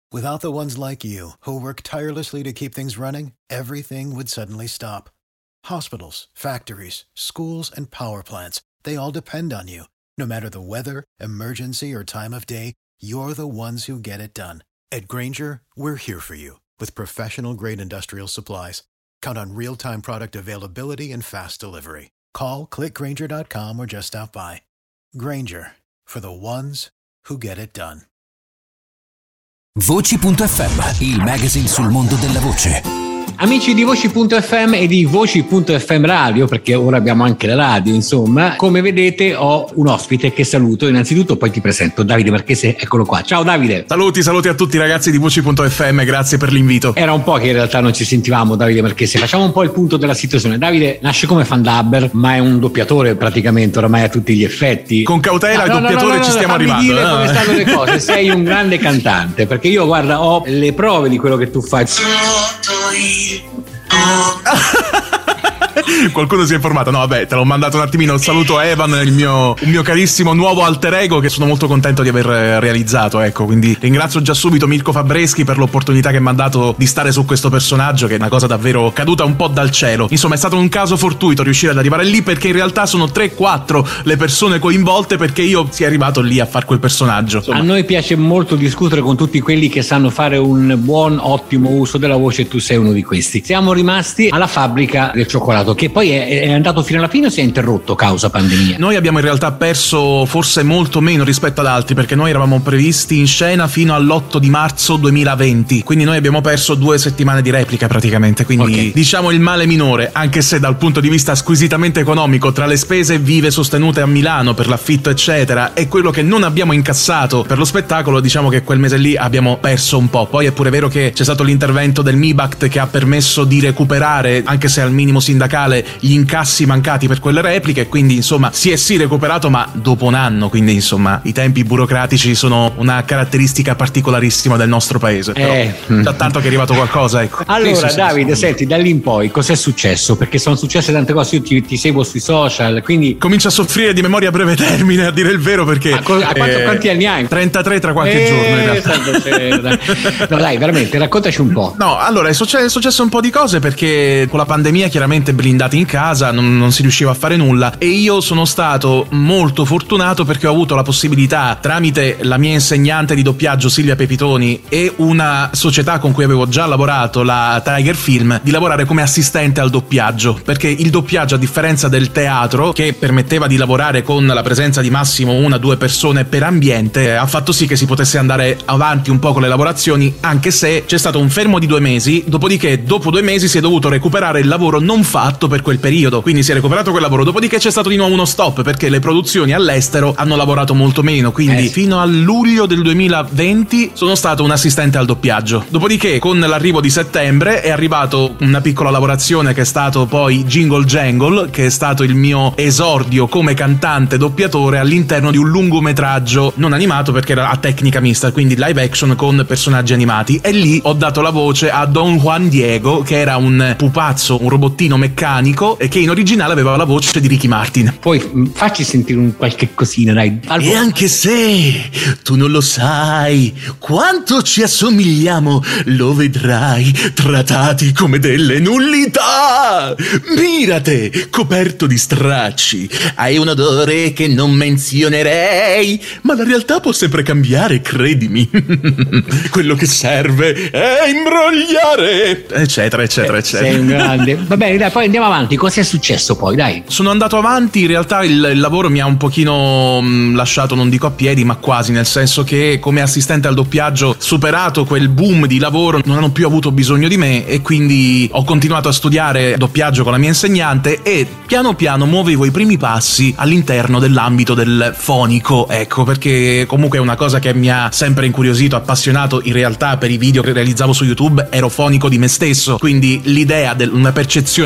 Without the ones like you, who work tirelessly to keep things running, everything would suddenly stop. Hospitals, factories, schools, and power plants, they all depend on you. No matter the weather, emergency, or time of day, you're the ones who get it done. At Grainger, we're here for you with professional-grade industrial supplies. Count on real-time product availability and fast delivery. Call, click Grainger.com or just stop by. Grainger, for the ones who get it done. Voci.fm, il magazine sul mondo della voce. Amici di Voci.fm e di Voci.fm Radio, perché ora abbiamo anche la radio, insomma, come vedete ho un ospite che saluto. Innanzitutto poi ti presento Davide Marchese, eccolo qua. Ciao Davide. Saluti a tutti ragazzi di Voci.fm, grazie per l'invito. Era un po' che in realtà non ci sentivamo, Davide Marchese. Facciamo un po' il punto della situazione. Davide nasce come fan dubber, ma è un doppiatore praticamente oramai a tutti gli effetti. Con cautela, doppiatore ci stiamo arrivando. Fammi dire come stanno le cose. Sei un grande cantante, perché io guarda ho le prove di quello che tu fai. Qualcuno si è informato? No, vabbè, te l'ho mandato un attimino. Saluto Evan, un mio carissimo nuovo alter ego che sono molto contento di aver realizzato, ecco. Quindi ringrazio già subito Mirko Fabreschi per l'opportunità che mi ha dato di stare su questo personaggio, che è una cosa davvero caduta un po' dal cielo. Insomma, è stato un caso fortuito riuscire ad arrivare lì, perché in realtà sono 3-4 le persone coinvolte perché io sia arrivato lì a fare quel personaggio. Insomma. A noi piace molto discutere con tutti quelli che sanno fare un buon, ottimo uso della voce, e tu sei uno di questi. Siamo rimasti alla fabbrica del cioccolato, che poi è andato fino alla fine o si è interrotto causa pandemia? Noi abbiamo in realtà perso forse molto meno rispetto ad altri, perché noi eravamo previsti in scena fino all'8 di marzo 2020, quindi noi abbiamo perso 2 settimane di replica praticamente, quindi diciamo il male minore, anche se dal punto di vista squisitamente economico, tra le spese vive sostenute a Milano per l'affitto eccetera e quello che non abbiamo incassato per lo spettacolo, diciamo che quel mese lì abbiamo perso un po'. Poi è pure vero che c'è stato l'intervento del MIBACT che ha permesso di recuperare, anche se al minimo sindacale, gli incassi mancati per quelle repliche, quindi insomma si è recuperato, ma dopo un anno, quindi insomma i tempi burocratici sono una caratteristica particolarissima del nostro paese, però da tanto che è arrivato qualcosa, ecco. Allora sì, Davide, senti, da lì in poi cos'è successo? Perché sono successe tante cose, io ti seguo sui social, quindi comincio a soffrire di memoria a breve termine, a dire il vero, perché quanti anni hai? 33 tra qualche giorno in realtà. No dai, veramente, raccontaci un po'. No, allora è successo un po' di cose, perché con la pandemia chiaramente blindati in casa non si riusciva a fare nulla, e io sono stato molto fortunato perché ho avuto la possibilità, tramite la mia insegnante di doppiaggio Silvia Pepitoni e una società con cui avevo già lavorato, la Tiger Film, di lavorare come assistente al doppiaggio, perché il doppiaggio, a differenza del teatro che permetteva di lavorare con la presenza di massimo 1-2 persone per ambiente, ha fatto sì che si potesse andare avanti un po' con le lavorazioni, anche se c'è stato un fermo di 2 mesi, dopodiché dopo 2 mesi si è dovuto recuperare il lavoro non fatto per quel periodo, quindi si è recuperato quel lavoro, dopodiché c'è stato di nuovo uno stop perché le produzioni all'estero hanno lavorato molto meno, quindi fino a luglio del 2020 sono stato un assistente al doppiaggio. Dopodiché con l'arrivo di settembre è arrivato una piccola lavorazione che è stato poi Jingle Jangle, che è stato il mio esordio come cantante doppiatore all'interno di un lungometraggio non animato, perché era a tecnica mista, quindi live action con personaggi animati, e lì ho dato la voce a Don Juan Diego, che era un pupazzo, un robottino meccanico, e che in originale aveva la voce di Ricky Martin. Poi facci sentire qualche cosina, dai. E anche se tu non lo sai quanto ci assomigliamo, lo vedrai, trattati come delle nullità. Mirate, coperto di stracci, hai un odore che non menzionerei, ma la realtà può sempre cambiare, credimi. Quello che serve è imbrogliare, eccetera eccetera eccetera. Sei un grande. Va bene, dai, poi andiamo avanti. Cos'è successo poi, dai? Sono andato avanti, in realtà il lavoro mi ha un pochino lasciato, non dico a piedi, ma quasi, nel senso che come assistente al doppiaggio, superato quel boom di lavoro, non hanno più avuto bisogno di me, e quindi ho continuato a studiare doppiaggio con la mia insegnante e piano piano muovevo i primi passi all'interno dell'ambito del fonico, ecco, perché comunque è una cosa che mi ha sempre incuriosito, appassionato. In realtà per i video che realizzavo su YouTube ero fonico di me stesso, quindi l'idea una percezione del suono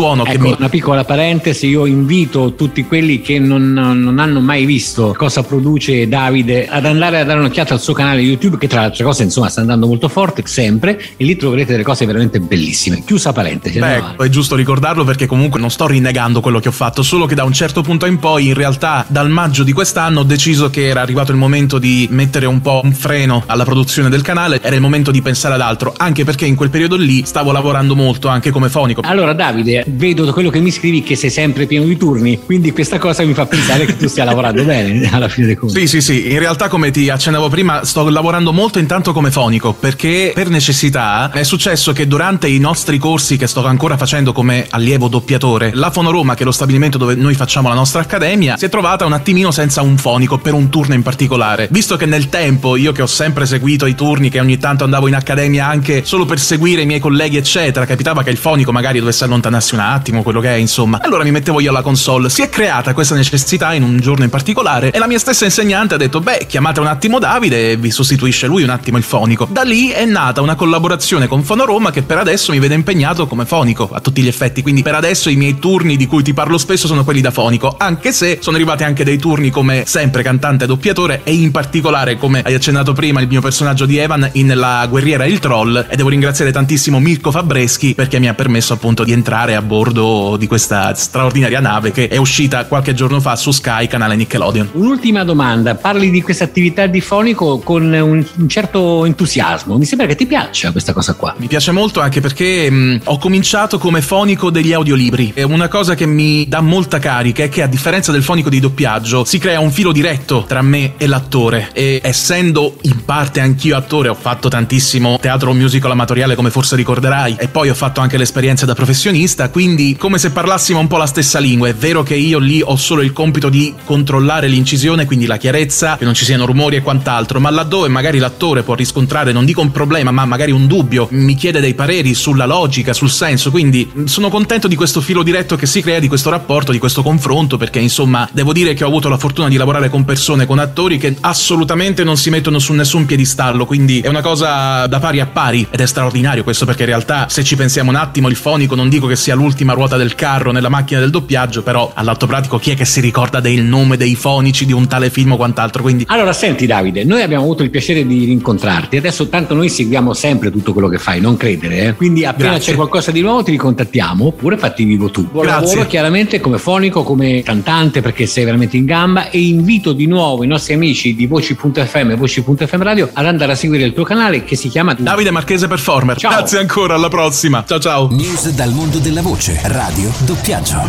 suono. Ecco, una piccola parentesi, io invito tutti quelli che non hanno mai visto cosa produce Davide ad andare a dare un'occhiata al suo canale YouTube, che tra le altre cose insomma sta andando molto forte sempre, e lì troverete delle cose veramente bellissime. Chiusa parentesi. Beh, è giusto ricordarlo, perché comunque non sto rinnegando quello che ho fatto, solo che da un certo punto in poi, in realtà dal maggio di quest'anno, ho deciso che era arrivato il momento di mettere un po' un freno alla produzione del canale, era il momento di pensare ad altro, anche perché in quel periodo lì stavo lavorando molto anche come fonico. Allora Davide, vedo da quello che mi scrivi che sei sempre pieno di turni, quindi questa cosa mi fa pensare che tu stia lavorando bene alla fine dei conti. Sì, in realtà, come ti accennavo prima, sto lavorando molto intanto come fonico, perché per necessità è successo che durante i nostri corsi che sto ancora facendo come allievo doppiatore, la Fonoroma, che è lo stabilimento dove noi facciamo la nostra accademia, si è trovata un attimino senza un fonico per un turno in particolare. Visto che nel tempo, io che ho sempre seguito i turni, che ogni tanto andavo in accademia anche solo per seguire i miei colleghi eccetera, capitava che il fonico magari dovesse allontanarsi un attimo, quello che è, insomma, allora mi mettevo io alla console. Si è creata questa necessità in un giorno in particolare e la mia stessa insegnante ha detto: beh, chiamate un attimo Davide e vi sostituisce lui un attimo il fonico. Da lì è nata una collaborazione con Fonoroma che per adesso mi vede impegnato come fonico a tutti gli effetti, quindi per adesso i miei turni di cui ti parlo spesso sono quelli da fonico, anche se sono arrivati anche dei turni come sempre cantante e doppiatore, e in particolare, come hai accennato prima, il mio personaggio di Evan in La guerriera e il troll, e devo ringraziare tantissimo Mirko Fabreschi perché mi ha permesso appunto di entrare a bordo di questa straordinaria nave che è uscita qualche giorno fa su Sky, canale Nickelodeon. Un'ultima domanda, parli di questa attività di fonico con un certo entusiasmo, mi sembra che ti piaccia questa cosa qua. Mi piace molto, anche perché ho cominciato come fonico degli audiolibri, e una cosa che mi dà molta carica è che, a differenza del fonico di doppiaggio, si crea un filo diretto tra me e l'attore, e essendo in parte anch'io attore, ho fatto tantissimo teatro musical amatoriale, come forse ricorderai, e poi ho fatto anche l'esperienza da professionista, quindi come se parlassimo un po' la stessa lingua. È vero che io lì ho solo il compito di controllare l'incisione, quindi la chiarezza, che non ci siano rumori e quant'altro, ma laddove magari l'attore può riscontrare, non dico un problema, ma magari un dubbio, mi chiede dei pareri sulla logica, sul senso, quindi sono contento di questo filo diretto che si crea, di questo rapporto, di questo confronto, perché insomma devo dire che ho avuto la fortuna di lavorare con persone, con attori che assolutamente non si mettono su nessun piedistallo, quindi è una cosa da pari a pari, ed è straordinario questo, perché in realtà, se ci pensiamo un attimo, il fonico non dico che sia l'ultima ruota del carro nella macchina del doppiaggio, però all'atto pratico chi è che si ricorda del nome dei fonici di un tale film o quant'altro, quindi... Allora senti Davide, noi abbiamo avuto il piacere di rincontrarti, adesso tanto noi seguiamo sempre tutto quello che fai, non credere, quindi appena Grazie. c'è qualcosa di nuovo ti ricontattiamo, oppure fatti vivo tu. Buon Grazie. lavoro chiaramente come fonico, come cantante, perché sei veramente in gamba, e invito di nuovo i nostri amici di Voci.fm e Voci.fm Radio ad andare a seguire il tuo canale, che si chiama Davide Marchese Performer. Ciao. Grazie ancora, alla prossima. Ciao. News dal mondo della voce, radio, doppiaggio.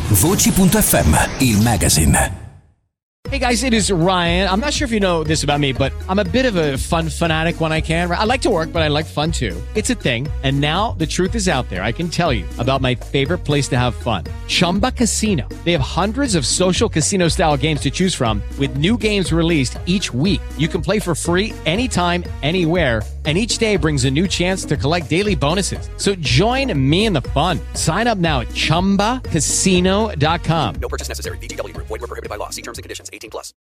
Voci.fm, il magazine. Hey guys, it is Ryan. I'm not sure if you know this about me, but I'm a bit of a fun fanatic when I can. I like to work, but I like fun too. It's a thing. And now the truth is out there. I can tell you about my favorite place to have fun. Chumba Casino. They have hundreds of social casino style games to choose from, with new games released each week. You can play for free anytime, anywhere, and each day brings a new chance to collect daily bonuses. So join me in the fun. Sign up now at ChumbaCasino.com. No purchase necessary. VGW Group. Void where prohibited by law. See terms and conditions. 18+.